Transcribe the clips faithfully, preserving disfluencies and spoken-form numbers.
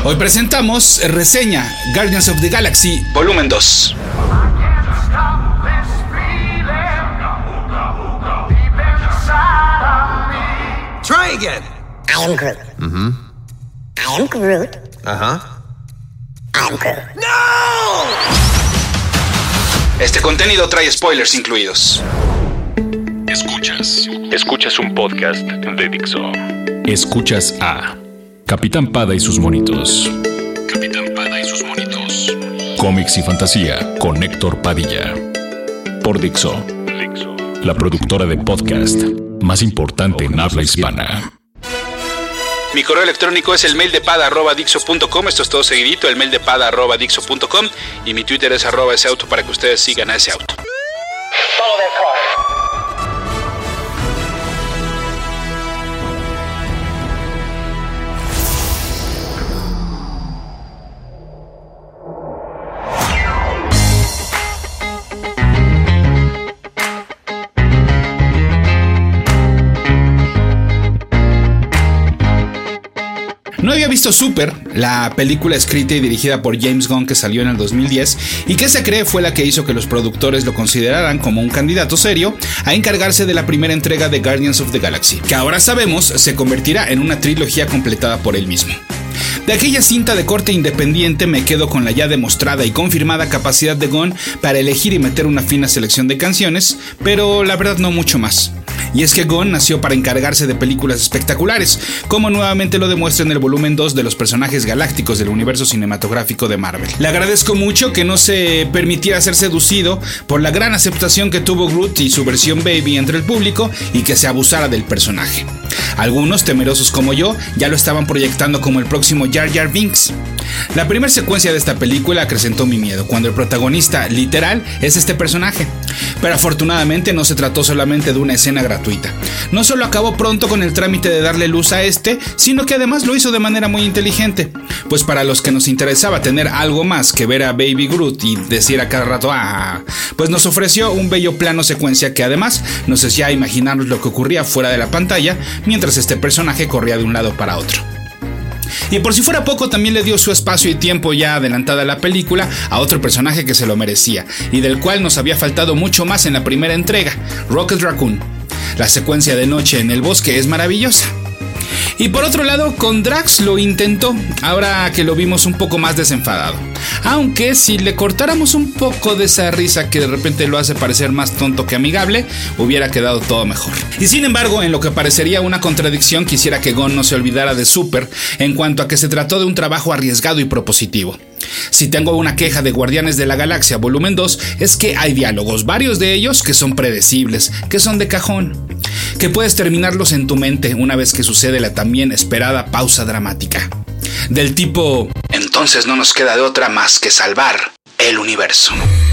Hoy presentamos reseña Guardians of the Galaxy Volumen dos. Try again. I am Groot. Mm-hmm. I am Groot. Uh-huh. I am Groot. No! Este contenido trae spoilers incluidos. Escuchas. Escuchas un podcast de Dixo. Escuchas a Capitán Pada y sus monitos. Capitán Pada y sus monitos. Cómics y fantasía con Héctor Padilla. Por Dixo. Dixo. La productora de podcast más importante en habla hispana. Mi correo electrónico es el mail de pada arroba dixo punto com. Esto es todo seguidito, el mail de pada arroba dixo punto com. Y mi Twitter es arroba ese auto para que ustedes sigan a ese auto. No había visto Super, la película escrita y dirigida por James Gunn que salió en el dos mil diez y que se cree fue la que hizo que los productores lo consideraran como un candidato serio a encargarse de la primera entrega de Guardians of the Galaxy, que ahora sabemos se convertirá en una trilogía completada por él mismo. De aquella cinta de corte independiente me quedo con la ya demostrada y confirmada capacidad de Gunn para elegir y meter una fina selección de canciones, pero la verdad no mucho más. Y es que Gunn nació para encargarse de películas espectaculares, como nuevamente lo demuestra en el volumen dos de los personajes galácticos del universo cinematográfico de Marvel. Le agradezco mucho que no se permitiera ser seducido por la gran aceptación que tuvo Groot y su versión Baby entre el público y que se abusara del personaje. Algunos, temerosos como yo, ya lo estaban proyectando como el próximo Jar Jar Binks. La primera secuencia de esta película acrecentó mi miedo, cuando el protagonista, literal, es este personaje. Pero afortunadamente no se trató solamente de una escena gratuita. No solo acabó pronto con el trámite de darle luz a este, sino que además lo hizo de manera muy inteligente. Pues para los que nos interesaba tener algo más que ver a Baby Groot y decir a cada rato ¡ah!, pues nos ofreció un bello plano secuencia que además nos hacía imaginarnos lo que ocurría fuera de la pantalla mientras este personaje corría de un lado para otro. Y por si fuera poco, también le dio su espacio y tiempo ya adelantada la película a otro personaje que se lo merecía y del cual nos había faltado mucho más en la primera entrega, Rocket Raccoon. La secuencia de noche en el bosque es maravillosa. Y por otro lado, con Drax lo intentó, ahora que lo vimos un poco más desenfadado. Aunque si le cortáramos un poco de esa risa que de repente lo hace parecer más tonto que amigable, hubiera quedado todo mejor. Y sin embargo, en lo que parecería una contradicción, quisiera que Gunn no se olvidara de Super en cuanto a que se trató de un trabajo arriesgado y propositivo. Si tengo una queja de Guardianes de la Galaxia Volumen dos es que hay diálogos, varios de ellos que son predecibles, que son de cajón, que puedes terminarlos en tu mente una vez que sucede la también esperada pausa dramática. Del tipo, entonces no nos queda de otra más que salvar el universo.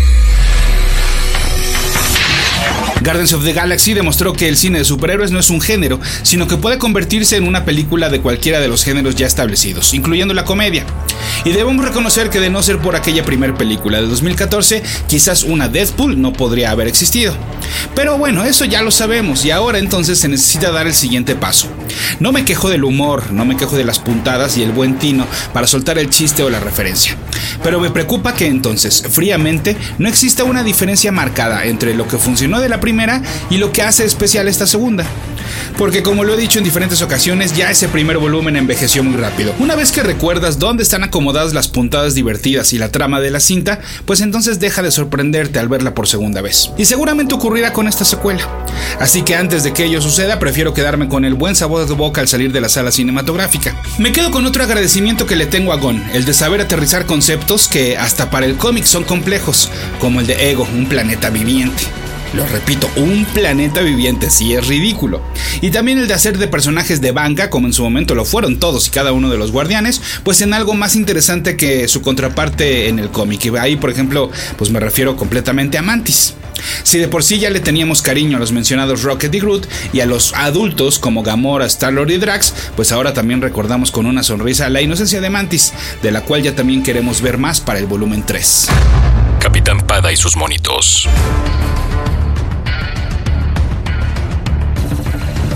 Guardians of the Galaxy demostró que el cine de superhéroes no es un género, sino que puede convertirse en una película de cualquiera de los géneros ya establecidos, incluyendo la comedia. Y debemos reconocer que de no ser por aquella primera película de dos mil catorce, quizás una Deadpool no podría haber existido. Pero bueno, eso ya lo sabemos y ahora entonces se necesita dar el siguiente paso. No me quejo del humor, no me quejo de las puntadas y el buen tino para soltar el chiste o la referencia. Pero me preocupa que entonces, fríamente, no exista una diferencia marcada entre lo que funcionó de la primera y lo que hace especial esta segunda. Porque como lo he dicho en diferentes ocasiones, ya ese primer volumen envejeció muy rápido. Una vez que recuerdas dónde están acomodadas las puntadas divertidas y la trama de la cinta, pues entonces deja de sorprenderte al verla por segunda vez. Y seguramente ocurrirá con esta secuela. Así que antes de que ello suceda, prefiero quedarme con el buen sabor de boca al salir de la sala cinematográfica. Me quedo con otro agradecimiento que le tengo a Gunn, el de saber aterrizar conceptos que hasta para el cómic son complejos, como el de Ego, un planeta viviente. Lo repito, un planeta viviente, sí es ridículo. Y también el de hacer de personajes de banca, como en su momento lo fueron todos y cada uno de los Guardianes, pues en algo más interesante que su contraparte en el cómic. Y ahí, por ejemplo, pues me refiero completamente a Mantis. Si de por sí ya le teníamos cariño a los mencionados Rocket y Groot y a los adultos como Gamora, Star-Lord y Drax, pues ahora también recordamos con una sonrisa la inocencia de Mantis, de la cual ya también queremos ver más para el volumen tres. Capitán Pada y sus monitos.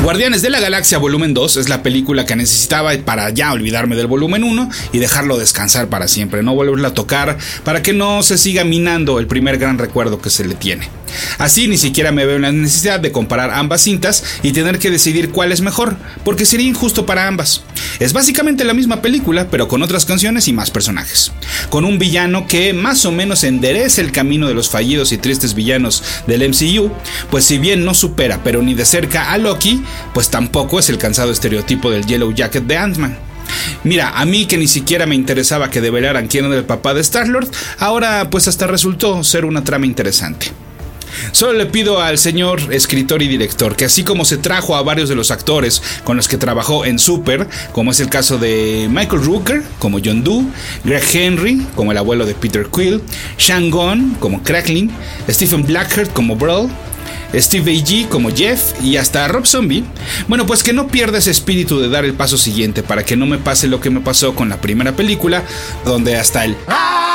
Guardianes de la Galaxia Volumen dos es la película que necesitaba para ya olvidarme del Volumen uno y dejarlo descansar para siempre, no volverla a tocar para que no se siga minando el primer gran recuerdo que se le tiene. Así ni siquiera me veo en la necesidad de comparar ambas cintas y tener que decidir cuál es mejor, porque sería injusto para ambas. Es básicamente la misma película, pero con otras canciones y más personajes. Con un villano que más o menos endereza el camino de los fallidos y tristes villanos del M C U, pues si bien no supera, pero ni de cerca a Loki, pues tampoco es el cansado estereotipo del Yellow Jacket de Ant-Man. Mira, a mí que ni siquiera me interesaba que develaran quién era el papá de Star-Lord, ahora pues hasta resultó ser una trama interesante. Solo le pido al señor escritor y director que así como se trajo a varios de los actores con los que trabajó en Super, como es el caso de Michael Rooker como John Doe, Greg Henry como el abuelo de Peter Quill, Sean Gunn como Crackling, Stephen Blackheart como Brawl, Steve A G como Jeff y hasta Rob Zombie, bueno, pues que no pierda ese espíritu de dar el paso siguiente para que no me pase lo que me pasó con la primera película, donde hasta el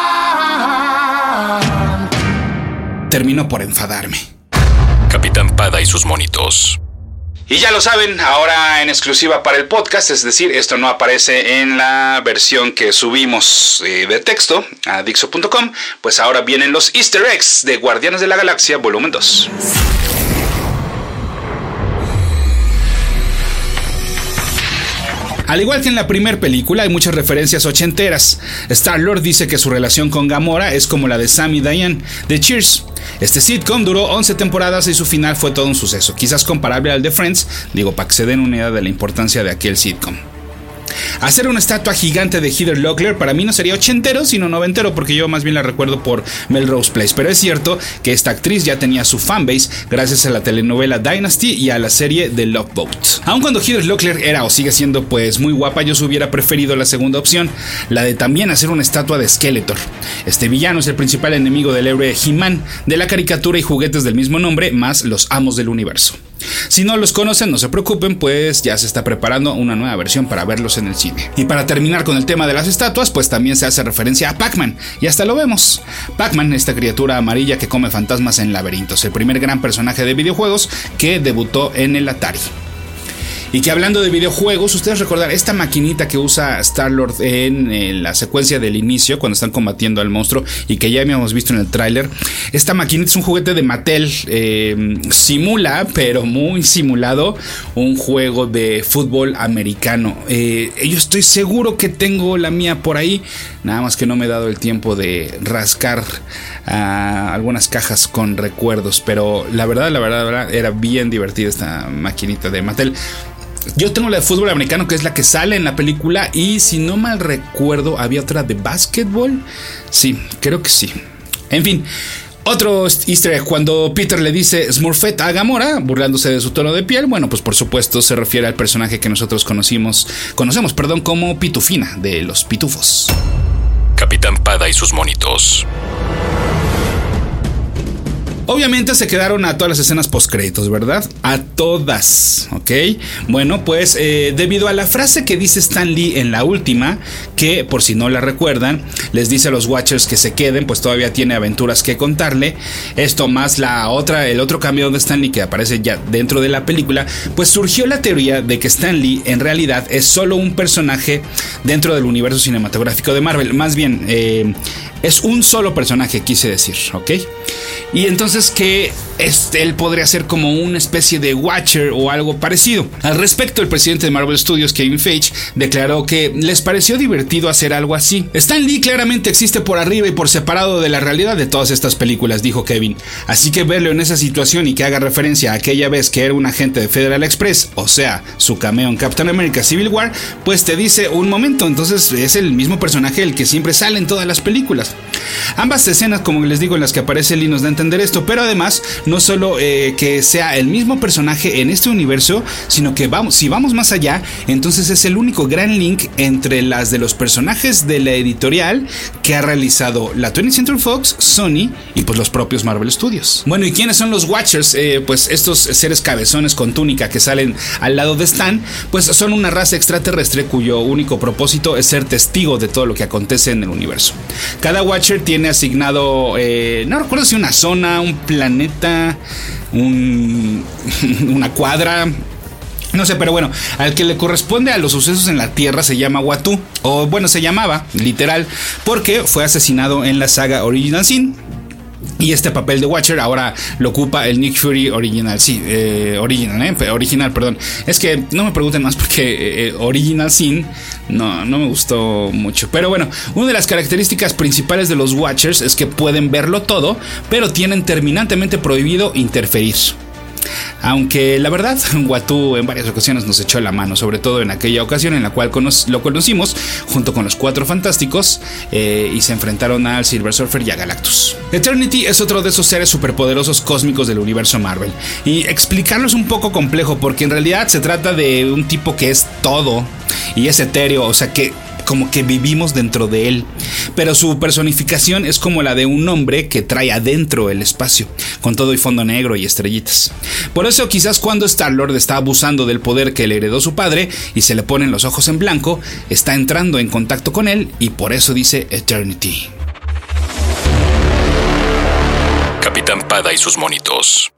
terminó por enfadarme. Capitán Pada y sus monitos. Y ya lo saben, ahora en exclusiva para el podcast, es decir, esto no aparece en la versión que subimos eh, de texto a Dixo punto com, pues ahora vienen los Easter eggs de Guardianes de la Galaxia Volumen dos. Al igual que en la primera película, hay muchas referencias ochenteras. Star-Lord dice que su relación con Gamora es como la de Sam y Diane de Cheers. Este sitcom duró once temporadas y su final fue todo un suceso, quizás comparable al de Friends, digo, para que se den una idea de la importancia de aquel sitcom. Hacer una estatua gigante de Heather Locklear para mí no sería ochentero, sino noventero, porque yo más bien la recuerdo por Melrose Place. Pero es cierto que esta actriz ya tenía su fanbase gracias a la telenovela Dynasty y a la serie The Love Boat. Aun cuando Heather Locklear era o sigue siendo pues muy guapa, yo hubiera preferido la segunda opción, la de también hacer una estatua de Skeletor. Este villano es el principal enemigo del héroe He-Man, de la caricatura y juguetes del mismo nombre, más los amos del universo. Si no los conocen, no se preocupen, pues ya se está preparando una nueva versión para verlos en el cine. Y para terminar con el tema de las estatuas, pues también se hace referencia a Pac-Man, y hasta lo vemos. Pac-Man, esta criatura amarilla que come fantasmas en laberintos, el primer gran personaje de videojuegos que debutó en el Atari. Y que hablando de videojuegos, ustedes recordarán esta maquinita que usa Star-Lord en, en la secuencia del inicio, cuando están combatiendo al monstruo y que ya habíamos visto en el tráiler. Esta maquinita es un juguete de Mattel, eh, simula, pero muy simulado, un juego de fútbol americano. Eh, yo estoy seguro que tengo la mía por ahí, nada más que no me he dado el tiempo de rascar uh, algunas cajas con recuerdos, pero la verdad, la verdad, la verdad, era bien divertida esta maquinita de Mattel. Yo tengo la de fútbol americano, que es la que sale en la película, y si no mal recuerdo había otra de básquetbol. Sí, creo que sí. En fin, otro easter egg, cuando Peter le dice Smurfette a Gamora, burlándose de su tono de piel, bueno, pues por supuesto se refiere al personaje que nosotros conocimos, conocemos, perdón, como Pitufina de los Pitufos. Capitán Pada y sus monitos. Obviamente se quedaron a todas las escenas postcréditos, ¿verdad? A todas, ¿ok? Bueno, pues eh, debido a la frase que dice Stan Lee en la última, que por si no la recuerdan, les dice a los Watchers que se queden, pues todavía tiene aventuras que contarle. Esto más la otra, el otro cambio de Stan Lee que aparece ya dentro de la película, pues surgió la teoría de que Stan Lee en realidad es solo un personaje dentro del universo cinematográfico de Marvel. Más bien, eh, es un solo personaje, quise decir, ¿ok? Y entonces que este, él podría ser como una especie de Watcher o algo parecido. Al respecto, el presidente de Marvel Studios, Kevin Feige, declaró que les pareció divertido hacer algo así. Stan Lee claramente existe por arriba y por separado de la realidad de todas estas películas, dijo Kevin. Así que verlo en esa situación y que haga referencia a aquella vez que era un agente de Federal Express, o sea, su cameo en Captain America Civil War, pues te dice un momento, entonces es el mismo personaje el que siempre sale en todas las películas. Ambas escenas, como les digo, en las que aparece Lee nos da a entender esto, pero además no solo eh, que sea el mismo personaje en este universo, sino que vamos, si vamos más allá, entonces es el único gran link entre las de los personajes de la editorial que ha realizado la twentieth Century Fox, Sony y pues los propios Marvel Studios. Bueno, ¿y quiénes son los Watchers? Eh, pues estos seres cabezones con túnica que salen al lado de Stan, pues son una raza extraterrestre cuyo único propósito es ser testigo de todo lo que acontece en el universo. Cada Watcher tiene asignado, eh, no recuerdo si una zona, un planeta, un, una cuadra, No sé, pero bueno, al que le corresponde a los sucesos en la Tierra se llama Uatu, o bueno, se llamaba, literal, porque fue asesinado en la saga Original Sin. Y este papel de Watcher ahora lo ocupa el Nick Fury original, sí, eh, original, eh, original, perdón. Es que no me pregunten más porque eh, Original Sin no, no me gustó mucho. Pero bueno, una de las características principales de los Watchers es que pueden verlo todo, pero tienen terminantemente prohibido interferir. Aunque la verdad, Uatu en varias ocasiones nos echó la mano, sobre todo en aquella ocasión en la cual cono- lo conocimos junto con los Cuatro Fantásticos eh, y se enfrentaron al Silver Surfer y a Galactus. Eternity es otro de esos seres superpoderosos cósmicos del universo Marvel, y explicarlo es un poco complejo porque en realidad se trata de un tipo que es todo y es etéreo, o sea que como que vivimos dentro de él, pero su personificación es como la de un hombre que trae adentro el espacio, con todo y fondo negro y estrellitas. Por eso quizás cuando Star-Lord está abusando del poder que le heredó su padre y se le ponen los ojos en blanco, está entrando en contacto con él y por eso dice Eternity. Capitán Pada y sus monitos.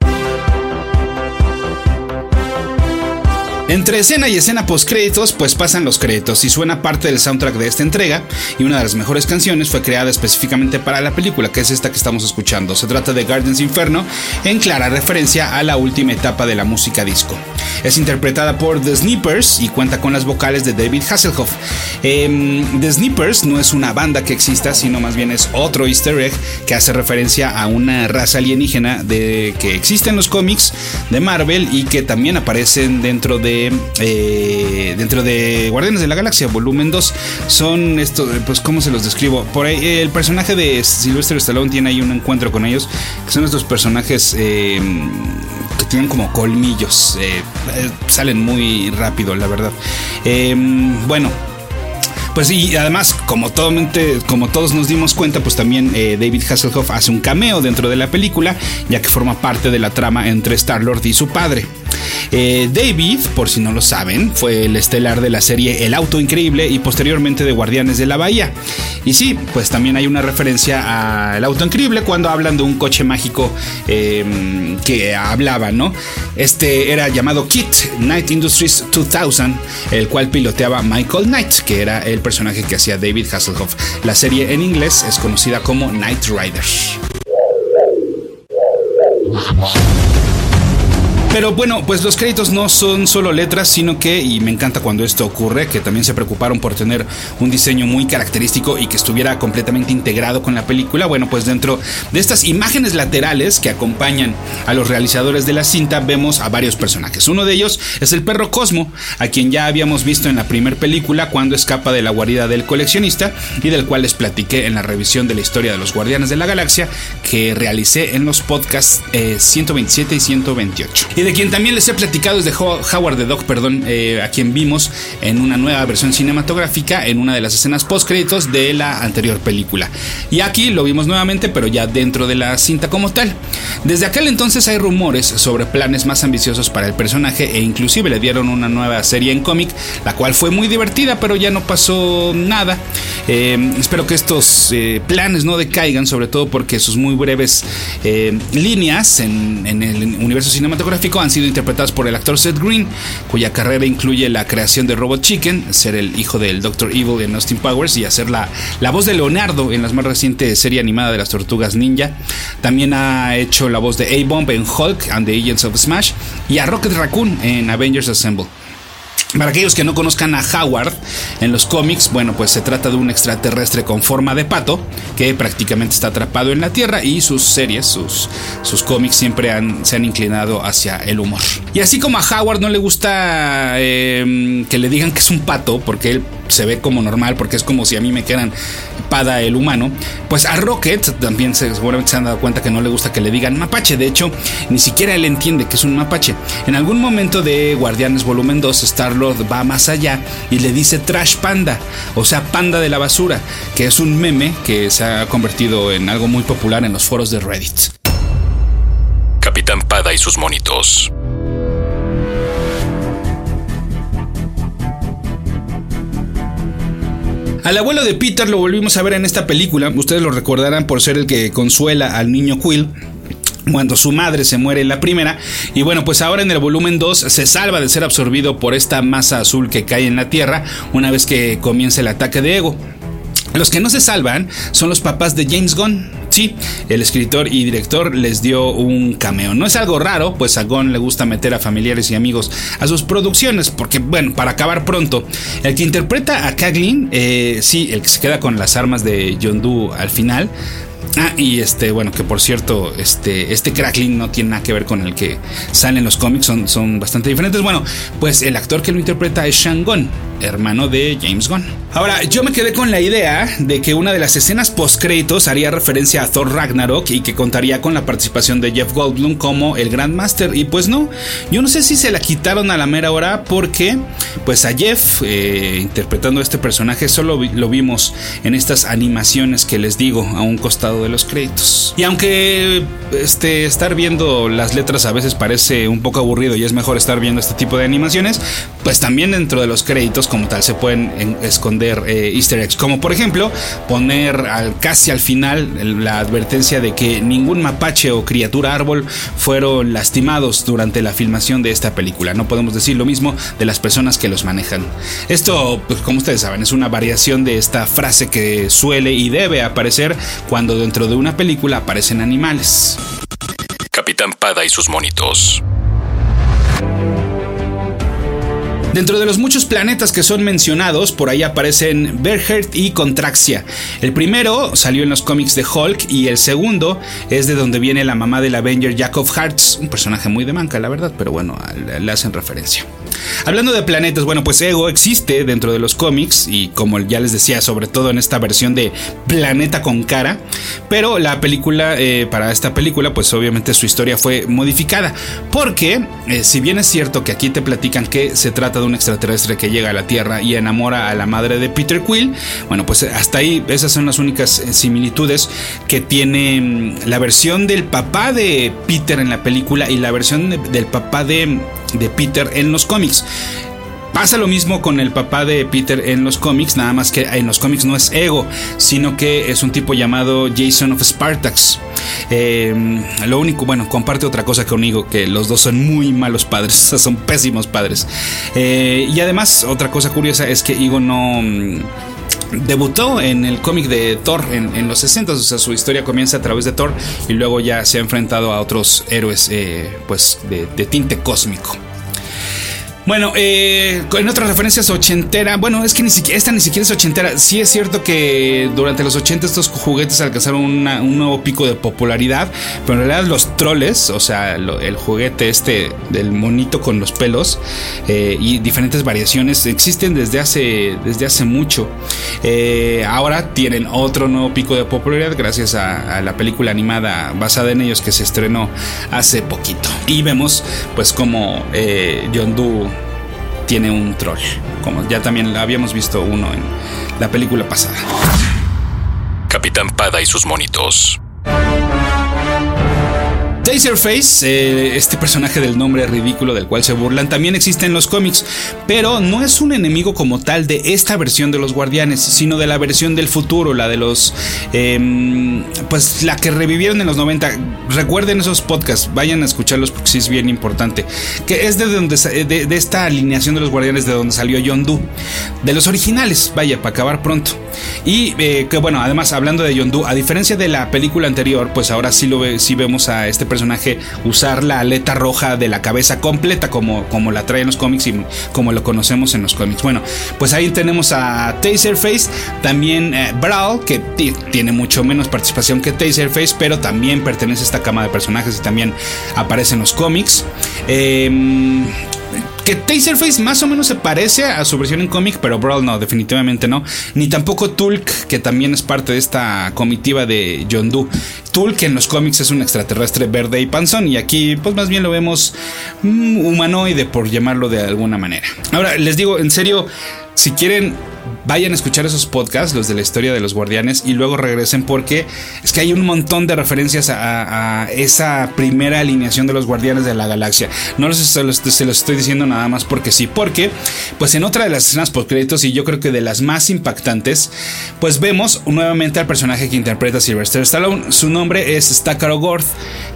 Entre escena y escena postcréditos, pues pasan los créditos y suena parte del soundtrack de esta entrega, y una de las mejores canciones fue creada específicamente para la película, que es esta que estamos escuchando. Se trata de Gardens Inferno, en clara referencia a la última etapa de la música disco. Es interpretada por The Snippers y cuenta con las vocales de David Hasselhoff. Eh, The Snippers no es una banda que exista, sino más bien es otro easter egg que hace referencia a una raza alienígena de, que existe en los cómics de Marvel y que también aparecen dentro de Eh, dentro de Guardianes de la Galaxia volumen dos. Son estos, pues cómo se los describo, por ahí el personaje de Sylvester Stallone tiene ahí un encuentro con ellos, que son estos personajes eh, que tienen como colmillos, eh, eh, salen muy rápido, la verdad. eh, bueno Pues y además, como, todo, como todos nos dimos cuenta, pues también eh, David Hasselhoff hace un cameo dentro de la película, ya que forma parte de la trama entre Star-Lord y su padre. Eh, David, por si no lo saben, fue el estelar de la serie El Auto Increíble y posteriormente de Guardianes de la Bahía. Y sí, pues también hay una referencia a El Auto Increíble cuando hablan de un coche mágico eh, que hablaba, ¿no? Este era llamado KITT, Knight Industries dos mil, el cual piloteaba Michael Knight, que era el personaje que hacía David Hasselhoff. La serie en inglés es conocida como Knight Rider. Pero bueno, pues los créditos no son solo letras, sino que, y me encanta cuando esto ocurre, que también se preocuparon por tener un diseño muy característico y que estuviera completamente integrado con la película. Bueno, pues dentro de estas imágenes laterales que acompañan a los realizadores de la cinta vemos a varios personajes. Uno de ellos es el perro Cosmo, a quien ya habíamos visto en la primera película cuando escapa de la guarida del coleccionista y del cual les platiqué en la revisión de la historia de los Guardianes de la Galaxia que realicé en los podcasts eh, ciento veintisiete y ciento veintiocho. Y de quien también les he platicado es de Howard the Duck, perdón, eh, a quien vimos en una nueva versión cinematográfica en una de las escenas postcréditos de la anterior película. Y aquí lo vimos nuevamente, pero ya dentro de la cinta como tal. Desde aquel entonces hay rumores sobre planes más ambiciosos para el personaje e inclusive le dieron una nueva serie en cómic, la cual fue muy divertida, pero ya no pasó nada. Eh, espero que estos eh, planes no decaigan, sobre todo porque sus muy breves eh, líneas en, en el universo cinematográfico han sido interpretadas por el actor Seth Green, cuya carrera incluye la creación de Robot Chicken, ser el hijo del doctor Evil en Austin Powers y hacer la, la voz de Leonardo en la más reciente serie animada de las Tortugas Ninja. También ha hecho la voz de A-Bomb en Hulk and the Agents of Smash y a Rocket Raccoon en Avengers Assemble. Para aquellos que no conozcan a Howard en los cómics, bueno, pues se trata de un extraterrestre con forma de pato que prácticamente está atrapado en la Tierra y sus series, sus, sus cómics siempre han, se han inclinado hacia el humor. Y así como a Howard no le gusta eh, que le digan que es un pato, porque él se ve como normal, porque es como si a mí me quedan Pada el humano, pues a Rocket también se, seguramente se han dado cuenta que no le gusta que le digan mapache. De hecho, ni siquiera él entiende que es un mapache. En algún momento de Guardianes volumen dos, Star-Lord va más allá y le dice Trash Panda, o sea, panda de la basura, que es un meme que se ha convertido en algo muy popular en los foros de Reddit. Capitán Pada y sus monitos. Al abuelo de Peter lo volvimos a ver en esta película. Ustedes lo recordarán por ser el que consuela al niño Quill cuando su madre se muere en la primera. Y bueno, pues ahora en el volumen dos se salva de ser absorbido por esta masa azul que cae en la Tierra una vez que comienza el ataque de Ego. Los que no se salvan son los papás de James Gunn. Sí, el escritor y director les dio un cameo. No es algo raro, pues a Gunn le gusta meter a familiares y amigos a sus producciones, porque bueno, para acabar pronto, el que interpreta a Caglin, eh, sí, el que se queda con las armas de Yondu al final. Ah, y este, bueno, que por cierto, este, este Cracklin no tiene nada que ver con el que sale en los cómics, son, son bastante diferentes. Bueno, pues el actor que lo interpreta es Sean Gunn, hermano de James Gunn. Ahora, yo me quedé con la idea de que una de las escenas post-créditos haría referencia a Thor Ragnarok y que contaría con la participación de Jeff Goldblum como el Grandmaster. Y pues no, yo no sé si se la quitaron a la mera hora porque pues a Jeff eh, interpretando a este personaje solo vi, lo vimos en estas animaciones que les digo a un costado de los créditos. Y aunque este, estar viendo las letras a veces parece un poco aburrido y es mejor estar viendo este tipo de animaciones, pues también dentro de los créditos como tal se pueden en, esconder eh, easter eggs, como por ejemplo poner al, casi al final la advertencia de que ningún mapache o criatura árbol fueron lastimados durante la filmación de esta película. No podemos decir lo mismo de las personas que los manejan. Esto, pues, como ustedes saben, es una variación de esta frase que suele y debe aparecer cuando dentro de una película aparecen animales. Capitán Pada y sus monitos. Dentro de los muchos planetas que son mencionados, por ahí aparecen Berheart y Contraxia. El primero salió en los cómics de Hulk y el segundo es de donde viene la mamá del Avenger Jack of Hearts, un personaje muy de manca, la verdad, pero bueno, le hacen referencia. Hablando de planetas, bueno, pues Ego existe dentro de los cómics y como ya les decía, sobre todo en esta versión de planeta con cara, pero la película, eh, para esta película, pues obviamente su historia fue modificada, porque eh, si bien es cierto que aquí te platican que se trata de un extraterrestre que llega a la Tierra y enamora a la madre de Peter Quill, bueno, pues hasta ahí esas son las únicas similitudes que tiene la versión del papá de Peter en la película y la versión de, del papá de, de Peter en los cómics. Pasa lo mismo con el papá de Peter en los cómics, nada más que en los cómics no es Ego, sino que es un tipo llamado Jason of Spartax. Eh, lo único, bueno, comparte otra cosa conmigo, que los dos son muy malos padres, o sea, son pésimos padres. Eh, y además, otra cosa curiosa es que Ego no debutó en el cómic de Thor en, en los sesenta, o sea, su historia comienza a través de Thor y luego ya se ha enfrentado a otros héroes eh, pues de, de tinte cósmico. Bueno, eh, en otras referencias ochentera, bueno, es que ni siquiera, esta ni siquiera es ochentera. Sí es cierto que durante los ochenta estos juguetes alcanzaron una, un nuevo pico de popularidad, pero en realidad los troles, o sea, lo, el juguete este del monito con los pelos eh, y diferentes variaciones existen desde hace, desde hace mucho. Eh, ahora tienen otro nuevo pico de popularidad gracias a, a la película animada basada en ellos que se estrenó hace poquito. Y vemos pues como eh, Yondu tiene un troll, como ya también habíamos visto uno en la película pasada. Capitán Pada y sus monitos. Taserface, eh, este personaje del nombre ridículo del cual se burlan, también existe en los cómics, pero no es un enemigo como tal de esta versión de los Guardianes, sino de la versión del futuro, la de los eh, pues la que revivieron en los noventa. Recuerden esos podcasts, vayan a escucharlos porque sí es bien importante, que es de donde de, de esta alineación de los Guardianes de donde salió Yondu, de los originales, vaya, para acabar pronto. Y eh, que bueno, además hablando de Yondu, a diferencia de la película anterior, pues ahora sí lo ve, sí vemos a este personaje usar la aleta roja de la cabeza completa como, como la trae en los cómics y como lo conocemos en los cómics. Bueno, pues ahí tenemos a Taserface, también eh, Brawl, que t- tiene mucho menos participación que Taserface, pero también pertenece a esta cama de personajes y también aparece en los cómics. Eh, que Taserface más o menos se parece a su versión en cómic, pero Brawl no, definitivamente no. Ni tampoco Tulk, que también es parte de esta comitiva de Yondu. Tulk en los cómics es un extraterrestre verde y panzón, y aquí pues más bien lo vemos mm, humanoide, por llamarlo de alguna manera. Ahora, les digo, en serio, si quieren, vayan a escuchar esos podcasts, los de la historia de los Guardianes, y luego regresen, porque es que hay un montón de referencias a, a esa primera alineación de los Guardianes de la Galaxia. No los, se, los, se los estoy diciendo nada más porque sí, porque pues en otra de las escenas postcréditos, y yo creo que de las más impactantes, pues vemos nuevamente al personaje que interpreta Sylvester Stallone. Su nombre es Stakar Ogorth,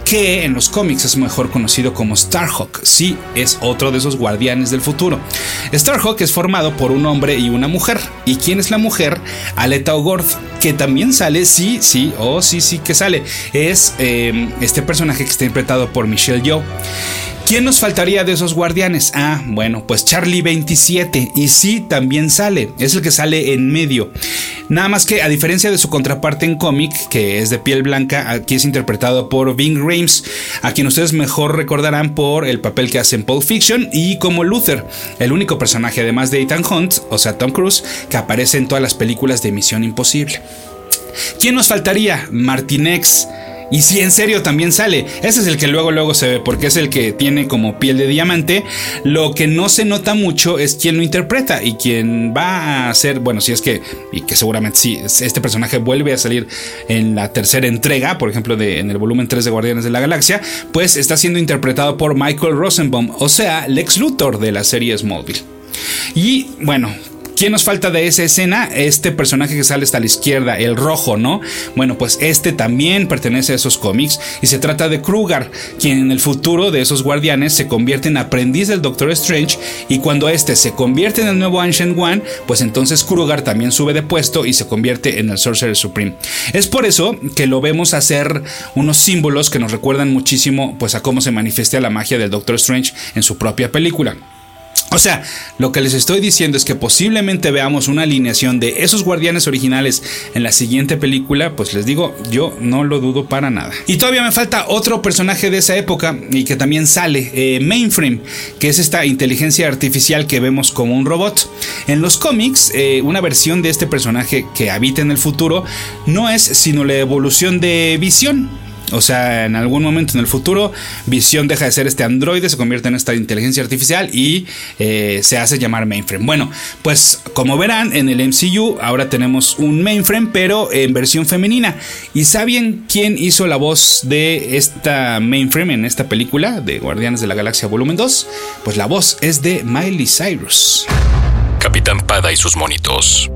que en los cómics es mejor conocido como Starhawk. Sí, es otro de esos guardianes del futuro. Starhawk es formado por un hombre y una mujer. ¿Y quién es la mujer? Aleta O'Gorth, que también sale, sí, sí, oh sí, sí que sale. Es eh, este personaje que está interpretado por Michelle Yeoh. ¿Quién nos faltaría de esos guardianes? Ah, bueno, pues Charlie veintisiete, y sí, también sale, es el que sale en medio. Nada más que a diferencia de su contraparte en cómic, que es de piel blanca, aquí es interpretado por Ving Rhames, a quien ustedes mejor recordarán por el papel que hace en Pulp Fiction y como Luther, el único personaje además de Ethan Hunt, o sea Tom Cruise, que aparece en todas las películas de Misión Imposible. ¿Quién nos faltaría? Martinex. Y si en serio también sale, ese es el que luego luego se ve porque es el que tiene como piel de diamante. Lo que no se nota mucho es quién lo interpreta y quién va a ser, bueno, si es que, y que seguramente sí, este personaje vuelve a salir en la tercera entrega, por ejemplo de, en el volumen tres de Guardianes de la Galaxia, pues está siendo interpretado por Michael Rosenbaum, o sea, Lex Luthor de la serie Smallville. Y bueno, ¿quién nos falta de esa escena? Este personaje que sale hasta la izquierda, el rojo, ¿no? Bueno, pues este también pertenece a esos cómics y se trata de Krugar, quien en el futuro de esos guardianes se convierte en aprendiz del Doctor Strange, y cuando este se convierte en el nuevo Ancient One, pues entonces Krugar también sube de puesto y se convierte en el Sorcerer Supreme. Es por eso que lo vemos hacer unos símbolos que nos recuerdan muchísimo pues a cómo se manifiesta la magia del Doctor Strange en su propia película. O sea, lo que les estoy diciendo es que posiblemente veamos una alineación de esos guardianes originales en la siguiente película. Pues les digo, yo no lo dudo para nada. Y todavía me falta otro personaje de esa época y que también sale, eh, Mainframe, que es esta inteligencia artificial que vemos como un robot. En los cómics, eh, una versión de este personaje que habita en el futuro no es sino la evolución de Visión. O sea, en algún momento en el futuro, Visión deja de ser este androide, se convierte en esta inteligencia artificial y eh, se hace llamar Mainframe. Bueno, pues como verán, en el M C U ahora tenemos un Mainframe, pero en versión femenina. ¿Y saben quién hizo la voz de esta Mainframe en esta película de Guardianes de la Galaxia volumen dos? Pues la voz es de Miley Cyrus. Capitán Pada y sus monitos.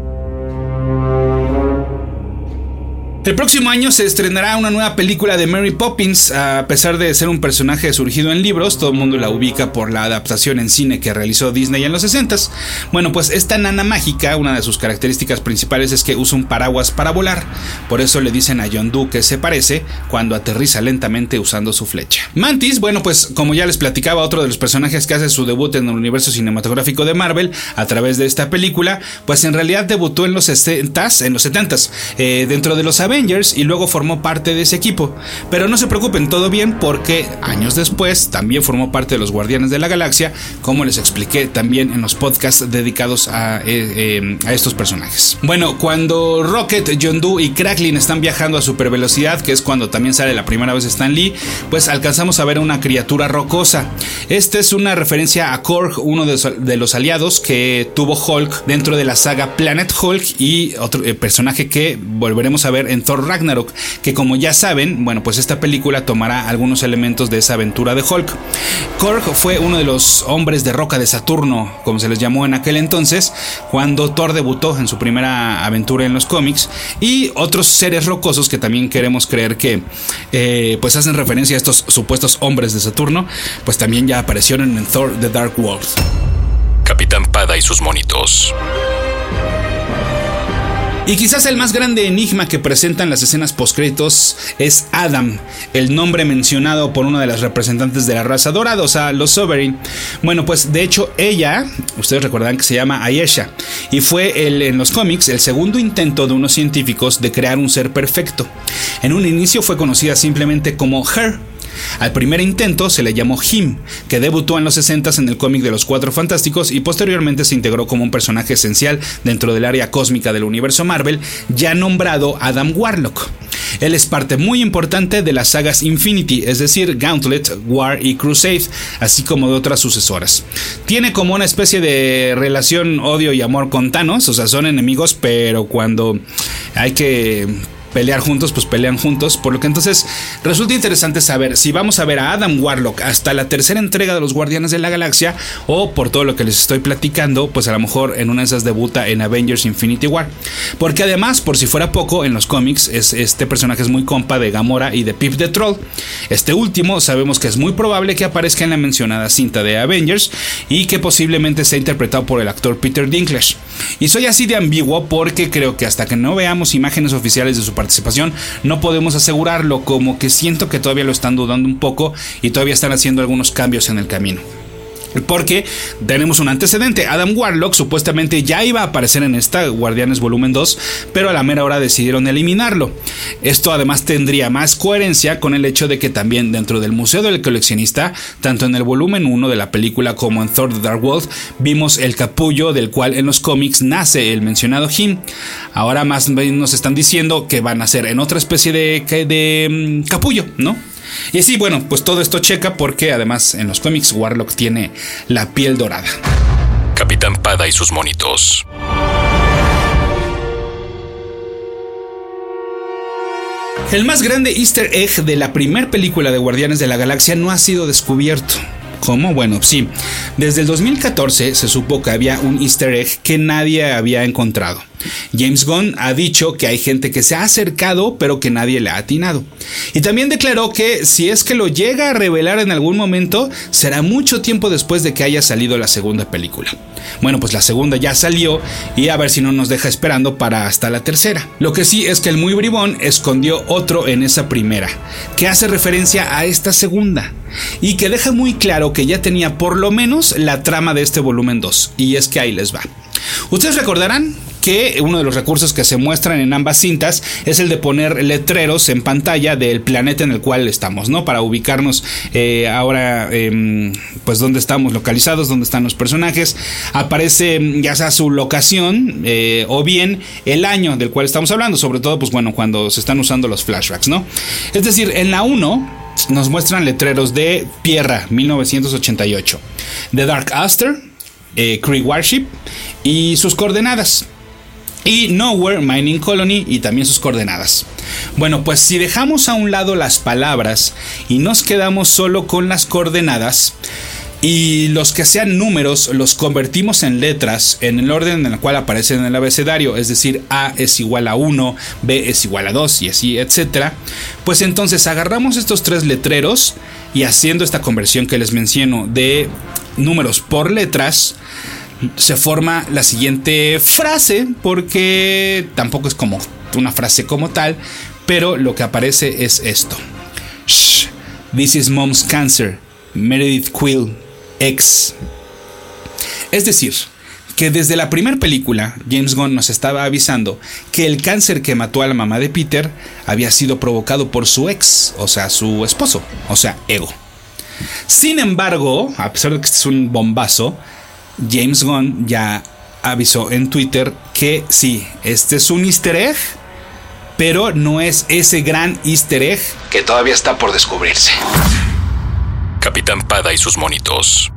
El próximo año se estrenará una nueva película de Mary Poppins. A pesar de ser un personaje surgido en libros, todo el mundo la ubica por la adaptación en cine que realizó Disney en los sesentas. Bueno, pues esta nana mágica, una de sus características principales es que usa un paraguas para volar. Por eso le dicen a Yondu que se parece cuando aterriza lentamente usando su flecha. Mantis, bueno, pues como ya les platicaba, otro de los personajes que hace su debut en el universo cinematográfico de Marvel a través de esta película, pues en realidad debutó en los sesentas, en los setentas, eh, dentro de los Avengers, y luego formó parte de ese equipo. Pero no se preocupen, todo bien, porque años después también formó parte de los Guardianes de la Galaxia, como les expliqué también en los podcasts dedicados a, eh, eh, a estos personajes. Bueno, cuando Rocket, Yondu y Cracklin están viajando a supervelocidad, que es cuando también sale la primera vez Stan Lee, pues alcanzamos a ver una criatura rocosa. Esta es una referencia a Korg, uno de, de los aliados que tuvo Hulk dentro de la saga Planet Hulk, y otro eh, personaje que volveremos a ver en Thor Ragnarok, que como ya saben, bueno, pues esta película tomará algunos elementos de esa aventura de Hulk. Korg fue uno de los hombres de roca de Saturno, como se les llamó en aquel entonces, cuando Thor debutó en su primera aventura en los cómics, y otros seres rocosos que también queremos creer que eh, pues hacen referencia a estos supuestos hombres de Saturno, pues también ya aparecieron en Thor The Dark World. Capitán Pada y sus monitos. Y quizás el más grande enigma que presentan las escenas postcréditos es Adam, el nombre mencionado por una de las representantes de la raza dorada, o sea, los Sovereign. Bueno, pues de hecho ella, ustedes recordarán que se llama Ayesha, y fue el, en los cómics el segundo intento de unos científicos de crear un ser perfecto. En un inicio fue conocida simplemente como Her. Al primer intento se le llamó Him, que debutó en los sesentas en el cómic de los Cuatro Fantásticos y posteriormente se integró como un personaje esencial dentro del área cósmica del universo Marvel, ya nombrado Adam Warlock. Él es parte muy importante de las sagas Infinity, es decir, Gauntlet, War y Crusade, así como de otras sucesoras. Tiene como una especie de relación odio y amor con Thanos, o sea, son enemigos, pero cuando hay que pelear juntos, pues pelean juntos. Por lo que entonces resulta interesante saber si vamos a ver a Adam Warlock hasta la tercera entrega de los Guardianes de la Galaxia, o por todo lo que les estoy platicando, pues a lo mejor en una de esas debuta en Avengers Infinity War. Porque además, por si fuera poco, en los cómics es, este personaje es muy compa de Gamora y de Pip the Troll. Este último sabemos que es muy probable que aparezca en la mencionada cinta de Avengers y que posiblemente sea interpretado por el actor Peter Dinklage. Y soy así de ambiguo porque creo que hasta que no veamos imágenes oficiales de su participación no podemos asegurarlo, como que siento que todavía lo están dudando un poco y todavía están haciendo algunos cambios en el camino. Porque tenemos un antecedente. Adam Warlock supuestamente ya iba a aparecer en esta Guardianes Volumen dos, pero a la mera hora decidieron eliminarlo. Esto además tendría más coherencia con el hecho de que también dentro del Museo del Coleccionista, tanto en el volumen uno de la película como en Thor: The Dark World, vimos el capullo del cual en los cómics nace el mencionado Him. Ahora más bien nos están diciendo que van a ser en otra especie de, de, de capullo, ¿no? Y sí, bueno, pues todo esto checa porque además en los cómics Warlock tiene la piel dorada. Capitán Pada y sus monitos. El más grande easter egg de la primera película de Guardianes de la Galaxia no ha sido descubierto. ¿Cómo? Bueno, sí. Desde el dos mil catorce se supo que había un easter egg que nadie había encontrado. James Gunn ha dicho que hay gente que se ha acercado pero que nadie le ha atinado. Y también declaró que si es que lo llega a revelar en algún momento, será mucho tiempo después de que haya salido la segunda película. Bueno, pues la segunda ya salió y a ver si no nos deja esperando para hasta la tercera. Lo que sí es que el muy bribón escondió otro en esa primera, que hace referencia a esta segunda y que deja muy claro que ya tenía por lo menos la trama de este volumen dos. Y es que ahí les va. Ustedes recordarán que uno de los recursos que se muestran en ambas cintas es el de poner letreros en pantalla del planeta en el cual estamos, ¿no? Para ubicarnos eh, ahora, eh, pues dónde estamos localizados, dónde están los personajes. Aparece ya sea su locación eh, o bien el año del cual estamos hablando, sobre todo, pues bueno, cuando se están usando los flashbacks, ¿no? Es decir, en la uno nos muestran letreros de Tierra, mil novecientos ochenta y ocho, de Dark Aster, eh, Kree Warship y sus coordenadas. Y Nowhere Mining Colony y también sus coordenadas. Bueno, pues si dejamos a un lado las palabras y nos quedamos solo con las coordenadas, y los que sean números los convertimos en letras en el orden en el cual aparecen en el abecedario, es decir, A es igual a uno, B es igual a dos y así, etcétera, pues entonces agarramos estos tres letreros y haciendo esta conversión que les menciono de números por letras, se forma la siguiente frase, porque tampoco es como una frase como tal, pero lo que aparece es esto: Shh, this is mom's cancer, Meredith Quill, ex. Es decir, que desde la primera película James Gunn nos estaba avisando que el cáncer que mató a la mamá de Peter había sido provocado por su ex, o sea, su esposo, o sea, Ego. Sin embargo, a pesar de que este es un bombazo, James Gunn ya avisó en Twitter que sí, este es un easter egg, pero no es ese gran easter egg que todavía está por descubrirse. Capitán Pada y sus monitos.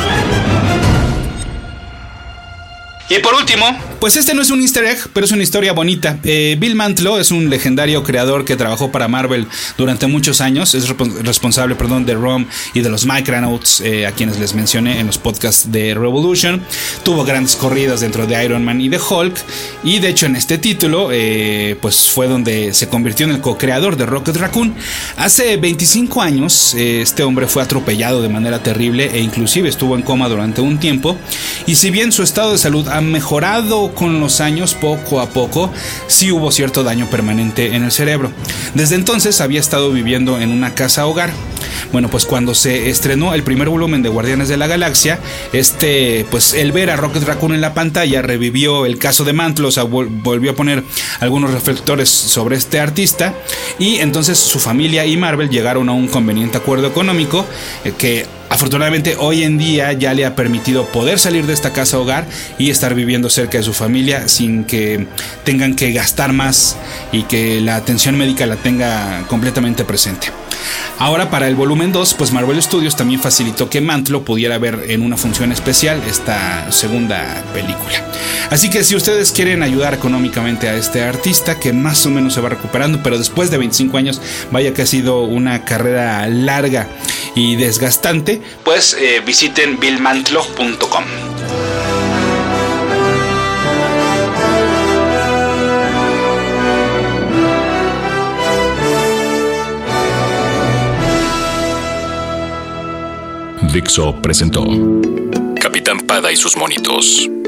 Y por último, pues este no es un easter egg, pero es una historia bonita. Eh, Bill Mantlo es un legendario creador que trabajó para Marvel durante muchos años. Es rep- responsable, perdón, de ROM y de los Micronauts, eh, a quienes les mencioné en los podcasts de Revolution. Tuvo grandes corridas dentro de Iron Man y de Hulk. Y de hecho en este título, eh, pues fue donde se convirtió en el co-creador de Rocket Raccoon. Hace veinticinco años, eh, este hombre fue atropellado de manera terrible e inclusive estuvo en coma durante un tiempo. Y si bien su estado de salud ha mejorado con los años poco a poco, sí hubo cierto daño permanente en el cerebro. Desde entonces había estado viviendo en una casa hogar. Bueno, pues cuando se estrenó el primer volumen de Guardianes de la Galaxia, este, pues el ver a Rocket Raccoon en la pantalla revivió el caso de Mantlo, o sea, vol- volvió a poner algunos reflectores sobre este artista, y entonces su familia y Marvel llegaron a un conveniente acuerdo económico eh, que afortunadamente hoy en día ya le ha permitido poder salir de esta casa hogar y estar viviendo cerca de su familia sin que tengan que gastar más y que la atención médica la tenga completamente presente. Ahora para el volumen dos, pues Marvel Studios también facilitó que Mantlo pudiera ver en una función especial esta segunda película. Así que si ustedes quieren ayudar económicamente a este artista que más o menos se va recuperando, pero después de veinticinco años, vaya que ha sido una carrera larga y desgastante, pues eh, visiten bill mantlo punto com. Dixo presentó Capitán Pada y sus monitos.